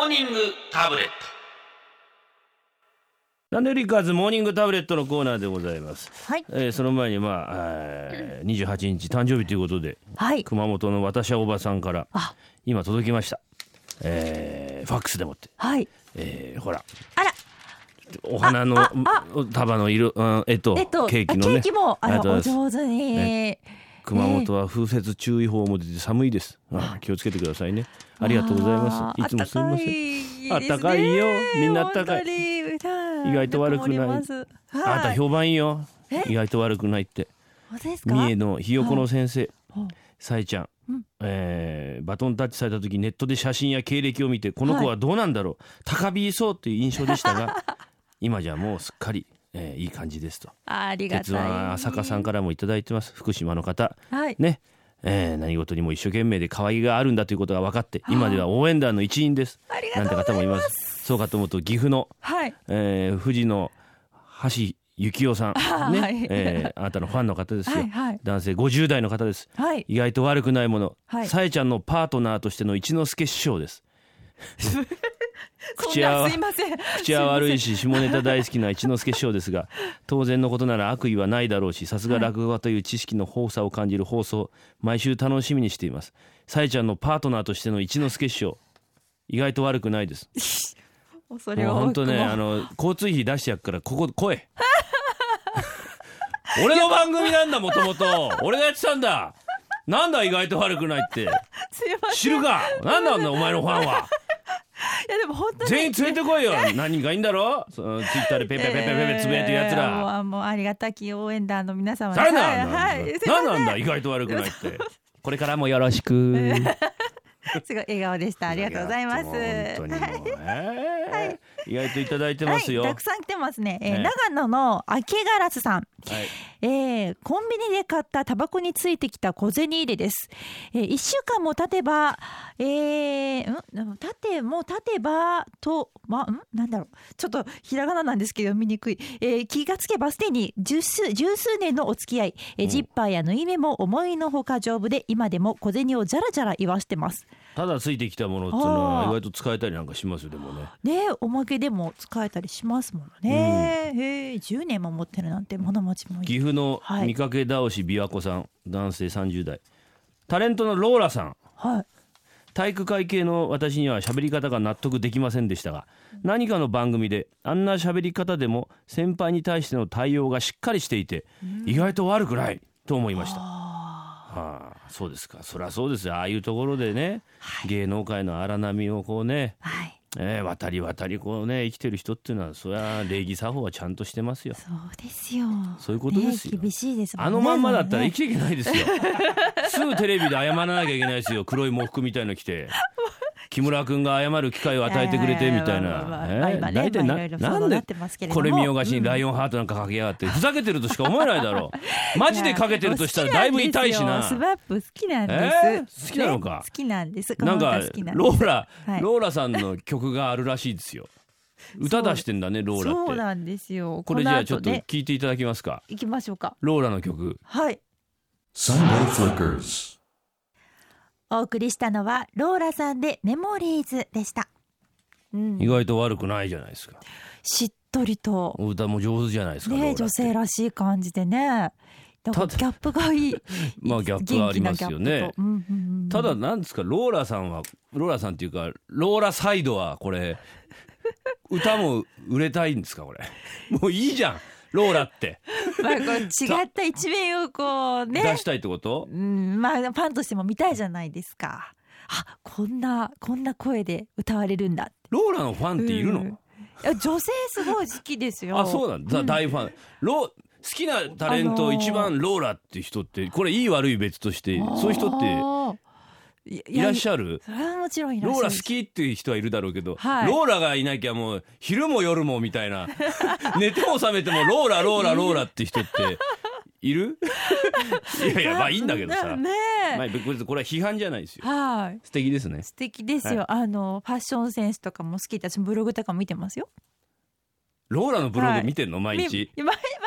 ニングタブレット。ランデリカーズモーニングタブレットのコーナーでございます、 はい。 その前に28日誕生日ということで、 はい。 熊本の私はおばさんから今届きました、ファックスでもって、 はい。 ほらあら、 お花の束の色、ケーキのね、 ケーキもありがとうございますお上手に、 熊本は風雪注意報も出て寒いです、気をつけてくださいね。ありがとうございます。いつもすみません。あったかいよ、みんなあったかい。意外と悪くない。あなた評判いいよ、意外と悪くないって。三重のひよこの先生、さえちゃん、バトンタッチされた時ネットで写真や経歴を見て、この子はどうなんだろう、高飛びそうという印象でしたが今じゃもうすっかり、いい感じですと。 ありがたい。 鉄腕浅香さんからもいただいてます。福島の方、 はい、 ね、何事にも一生懸命で可愛げがあるんだということが分かって、今では応援団の一員です。なんて方もいます。そうかと思うと岐阜の、 はい、 富士の橋幸男さん、ね、 はい、 あなたのファンの方ですよ、 はいはい、 男性50代の方です、 はい、 意外と悪くないもの、 はい、 さえちゃんのパートナーとしての一之輔師匠です口は悪いし下ネタ大好きな一之輔師匠ですが、当然のことなら悪意はないだろうし、さすが落語家という知識の豊富さを感じる放送、毎週楽しみにしています。さえちゃんのパートナーとしての一之輔師匠、意外と悪くないですそれは本当ね、交通費出してやっからここ来い俺の番組なんだ、もともと俺がやってたんだ。なんだ意外と悪くないって知るか。なんだお前のファンは。 いやでも本当に全員連れてこいよ。何人かいいんだろ、ツイッターでペペペペペペつぶやいてるやつら、 もうありがたき応援団の皆様、 誰なんだ意外と悪くないって。これからもよろしくすごい笑顔でした。ありがとうございます。 本当にもう、意外といただいてますよ、 たくさん来てますね。長野の明ガラスさん、コンビニで買ったタバコについてきた小銭入れです。1週間も経てば、経てばと、なんだろう、ちょっとひらがななんですけど見にくい、気がつけばすでに十数年のお付き合い、ジッパーや縫い目も思いのほか丈夫で、今でも小銭をじゃらじゃら言わしてます。 ただついてきたものっていうのは意外と使えたりなんかしますよ。でもね、 おまけでも使えたりしますものね、10年も持ってるなんて物持ちもいい。 岐阜の見かけ倒し琵琶湖さん、男性30代、タレントのローラさん、体育会系の私には喋り方が納得できませんでしたが、何かの番組であんな喋り方でも先輩に対しての対応がしっかりしていて、意外と悪くないと思いました。そうですか。そりゃそうですよ。ああいうところでね、芸能界の荒波をこうね、渡りこうね生きてる人っていうのは、そりゃ礼儀作法はちゃんとしてますよ。 そうですよ。 そういうことですよ、 厳しいですもんね。 あのまんまだったら生きていけないですよすぐテレビで謝らなきゃいけないですよ。黒い喪服みたいの着て木村君が謝る機会を与えてくれてみたいな。大体なんでこれ見よがしにライオンハートなんかかけやがって、ふざけてるとしか思えないだろうマジでかけてるとしたらだいぶ痛いしな。 スマップ好きなんです、 好きなのか、 好きなんです。 なんかローラさんの曲があるらしいですよ。歌出してんだね、ローラって。 そうなんですよ。 これじゃあちょっと聞いていただきますか。 行きましょうか。 ローラの曲、 Sunday Flickers。 お送りしたのはローラさんでメモリーズでした。 意外と悪くないじゃないですか。 しっとりと歌も上手じゃないですか、 女性らしい感じでね。だからギャップがいいギャップはありますよね。ただなんですか、ローラさんっていうかローラサイドはこれ歌も売れたいんですかこれもういいじゃんローラってこう違った一面をこうね出したいってこと、 ファンとしても見たいじゃないですか。こんな声で歌われるんだって。 ローラのファンっているの？ 女性すごい好きですよ。 そうなんだ、大ファン。好きなタレント一番ローラって人って、これいい悪い別として、そういう人っていらっしゃる？ それはもちろんいらっしゃる。 ローラ好きっていう人はいるだろうけど、ローラがいなきゃもう昼も夜もみたいな寝ても覚めてもローラって人っている？いやいいんだけどさ、別にこれは批判じゃないですよ。素敵ですね。 素敵ですよ。ファッションセンスとかも好きだし、ブログとかも見てますよ。 ローラのブログ見てんの？毎日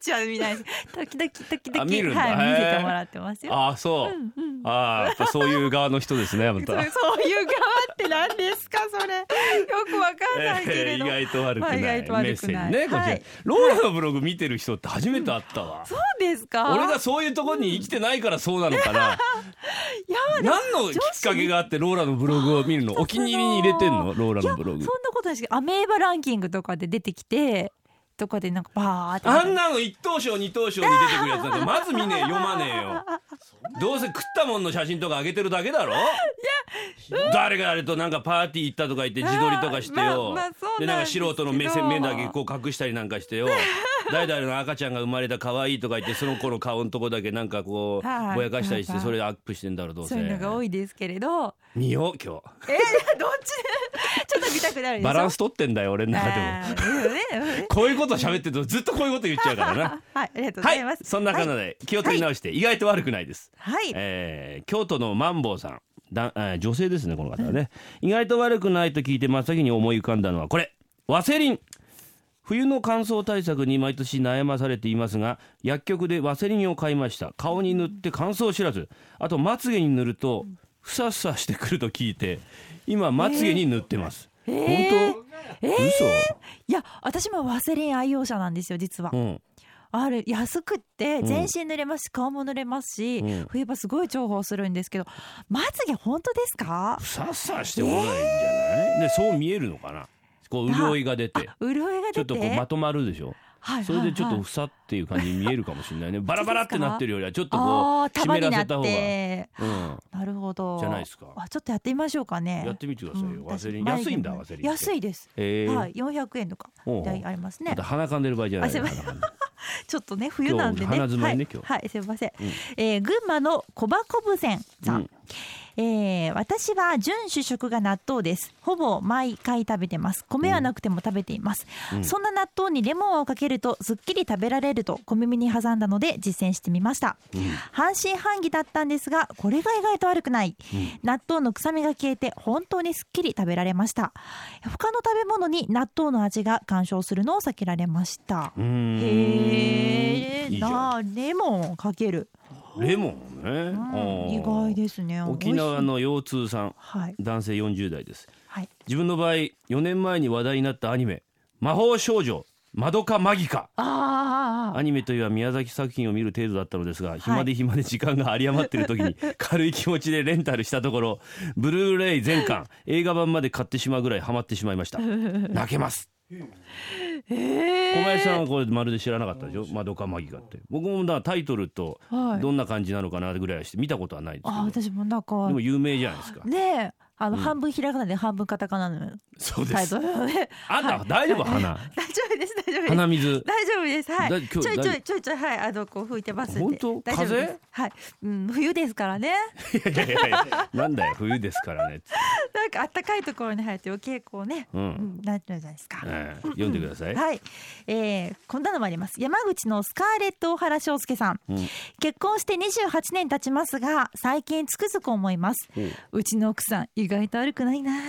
ちは見ないです。時々 見るんだ、 はい、見せてもらってますよ。 あ、そう、やっぱそういう側の人ですね。またそういう側って何ですかそれ。よくわかんないけれど、 意外と悪くない、 意外と悪くないメッセージね、こちら、 はい、 ローラのブログ見てる人って初めて会ったわ、 そうですか。 俺がそういうところに生きてないからそうなのかな。何のきっかけがあってローラのブログを見るの？お気に入りに入れてんの？ローラのブログ。 いや、そんなことないですけど、アメーバランキングとかで出てきてとかでなんかバーって、 あんなの一等賞二等賞に出てくるやつなんてまず見ねえ、読まねえよ。どうせ食ったもんの写真とか上げてるだけだろ。いや、誰が誰となんかパーティー行ったとか言って自撮りとかしてよ、でなんか素人の目だけこう隠したりなんかしてよ、誰々の赤ちゃんが生まれた可愛いとか言ってその子の顔のとこだけなんかこうぼやかしたりして、それでアップしてんだろ。どうせそういうのが多いですけれど、 見よう今日。 どっちちょっと見たくなるでしょ。 バランス取ってんだよ俺の中でも。こういうこと喋ってるとずっとこういうこと言っちゃうからな。 はい、ありがとうございます。 はい、そんな感じで気を取り直して意外と悪くないです。 はい、 京都のマンボウさん、女性ですねこの方はね。意外と悪くないと聞いて真っ先に思い浮かんだのはこれ、ワセリン。冬の乾燥対策に毎年悩まされていますが、薬局でワセリンを買いました。顔に塗って乾燥知らず、あとまつげに塗るとふさふさしてくると聞いて今まつげに塗ってます。本当？嘘？ いや、私もワセリン愛用者なんですよ実は。あれ安くって全身塗れますし、顔も塗れますし、冬場すごい重宝するんですけど、まつげ本当ですか？ ふさふさしてこないんじゃない？でそう見えるのかな。こう潤いが出て、ちょっとこうまとまるでしょ。それでちょっとふさっていう感じに見えるかもしれないね。バラバラってなってるよりはちょっとこう湿らせた方が、 なるほどじゃないですか。 ちょっとやってみましょうかね。 やってみてくださいよ。ワセリン安いんだ。ワセリン安いです。はい、400円とかありますね。 また鼻かんでる場合じゃない。 ちょっとね冬なんでね。 鼻づまいね今日。 はい、すみません。群馬の小箱ぶせんさん。私は準主食が納豆です。ほぼ毎回食べてます。米はなくても食べています。そんな納豆にレモンをかけるとすっきり食べられると小耳に挟んだので実践してみました。半信半疑だったんですが、これが意外と悪くない。納豆の臭みが消えて本当にすっきり食べられました。他の食べ物に納豆の味が干渉するのを避けられました。へー、レモンをかける。 レモンね、 意外ですね。 沖縄の腰痛さん、男性40代です。自分の場合4年前に話題になったアニメ魔法少女まどかマギカ。アニメというは宮崎作品を見る程度だったのですが、暇で時間が有り余っている時に軽い気持ちでレンタルしたところブルーレイ全巻映画版まで買ってしまうぐらいハマってしまいました。泣けます。小林さんはこれまるで知らなかったでしょ、まどかマギカって。僕もだタイトルとどんな感じなのかなぐらいして見たことはないですけど、 私もなんかでも有名じゃないですかね。半分ひらがなで半分カタカナのそうです。 タイトルね。 あんた大丈夫？鼻大丈夫です大丈夫です。 鼻水大丈夫です。はい。 ちょいはいこう吹いてますんで。 本当？風邪？ はい。冬ですからね。 いやなんだよ冬ですからね。 なんか暖かいところに入って余計こうね、なっちゃうじゃないですか。 読んでください。 はい。こんなのもあります。山口のスカーレット大原翔介さん。結婚して28年経ちますが最近つくづく思います。うちの奥さん意外と悪くないなって。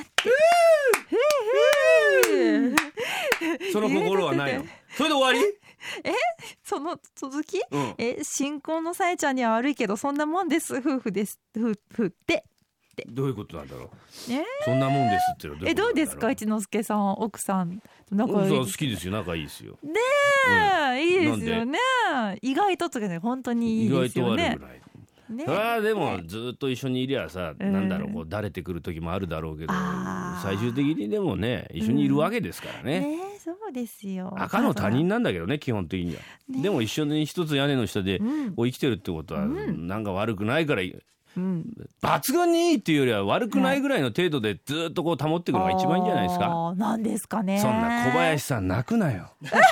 その心はないの？それで終わり？ その続き？新婚のさえちゃんには悪いけどそんなもんです。夫婦です。夫婦ってどういうことなんだろう。そんなもんですってどうですか一之輔さん、奥さん仲いい？ 好きですよ、仲いいですよ。 いいですよね。意外とつけて本当にいいですよね。 意外と悪くない。でもずっと一緒にいりゃさ、なんだろうこうだれてくる時もあるだろうけど、最終的にでもね一緒にいるわけですからね。 そうですよ。 赤の他人なんだけどね基本的には。でも一緒に一つ屋根の下で生きてるってことはなんか悪くないから、抜群にいいっていうよりは悪くないぐらいの程度でずっとこう保っていくのが一番いいんじゃないですか。 なんですかね。 そんな小林さん泣くなよ。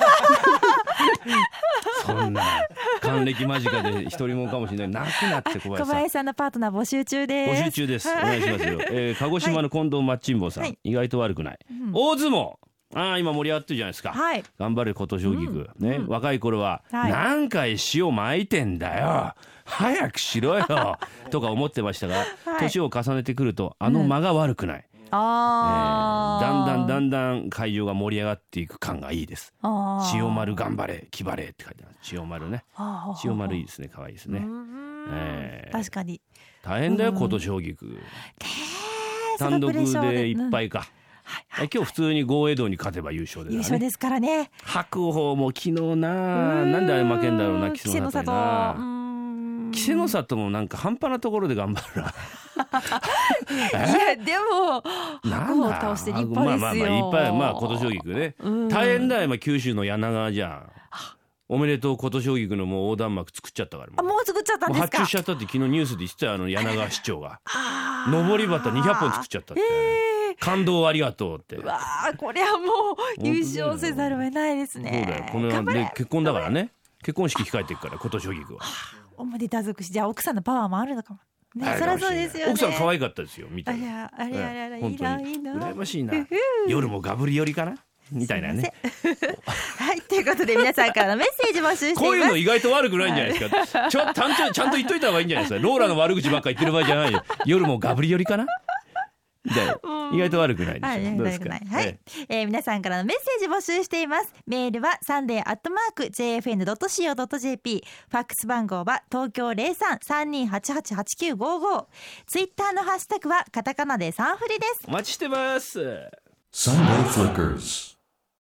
そんな還暦間近で一人もかもしれない。泣くなって小林さんのパートナー募集中です。 募集中です。お願いしますよ。鹿児島の近藤マッチンボさん、意外と悪くない。大相撲今盛り上がってるじゃないですか。頑張れ琴奨菊ね。若い頃は何回塩巻いてんだよ早くしろよとか思ってましたが、年を重ねてくると間が悪くない。 だんだん会場が盛り上がっていく感がいいです。千代丸頑張れ気張れって書いてある。千代丸ね。千代丸いいですね、可愛いですね。 確かに大変だよ琴奨菊。単独でいっぱいか。今日普通に豪栄道に勝てば優勝優勝ですからね。 白鵬も昨日なんであれ負けんだろうな、稀勢の里にな。稀勢の里もなんか半端なところで頑張るな。 いやでも白鵬を倒して立派ですよ。 いっぱい琴奨菊ね。大変だよ、九州の柳川じゃん。おめでとう琴奨菊のもう横断幕作っちゃったから。 もう作っちゃったんですか。 発注しちゃったって昨日ニュースで言ってたよ、柳川市長が。上り旗200本作っちゃったって。感動ありがとうって。 わあ、これはもう優勝せざるを得ないですね。 そうだよ、こので結婚だからね。結婚式控えてるから琴奨菊は。 おめでたづくし、じゃあ奥さんのパワーもあるのかも。ね、そりゃそうですよね。 奥さん可愛かったですよ、見たら。 あれいいな、 羨ましいな。夜もガブリ寄りかなみたいなね。 はい、ということで皆さんからのメッセージ募集しています。 こういうの意外と悪くないんじゃないですか。ちゃんと言っといた方がいいんじゃないですか。ローラの悪口ばっか言ってる場合じゃないよ。夜もガブリ寄りかな意外と悪くないでしょ。どうですか。 はい、皆さんからのメッセージ募集しています。メールはsunday@jfn.co.jp、 ファックス番号は東京03-3288-8955、ツイッターのハッシュタグはカタカナでサンフリです。 お待ちしてます。 Sunday Flickers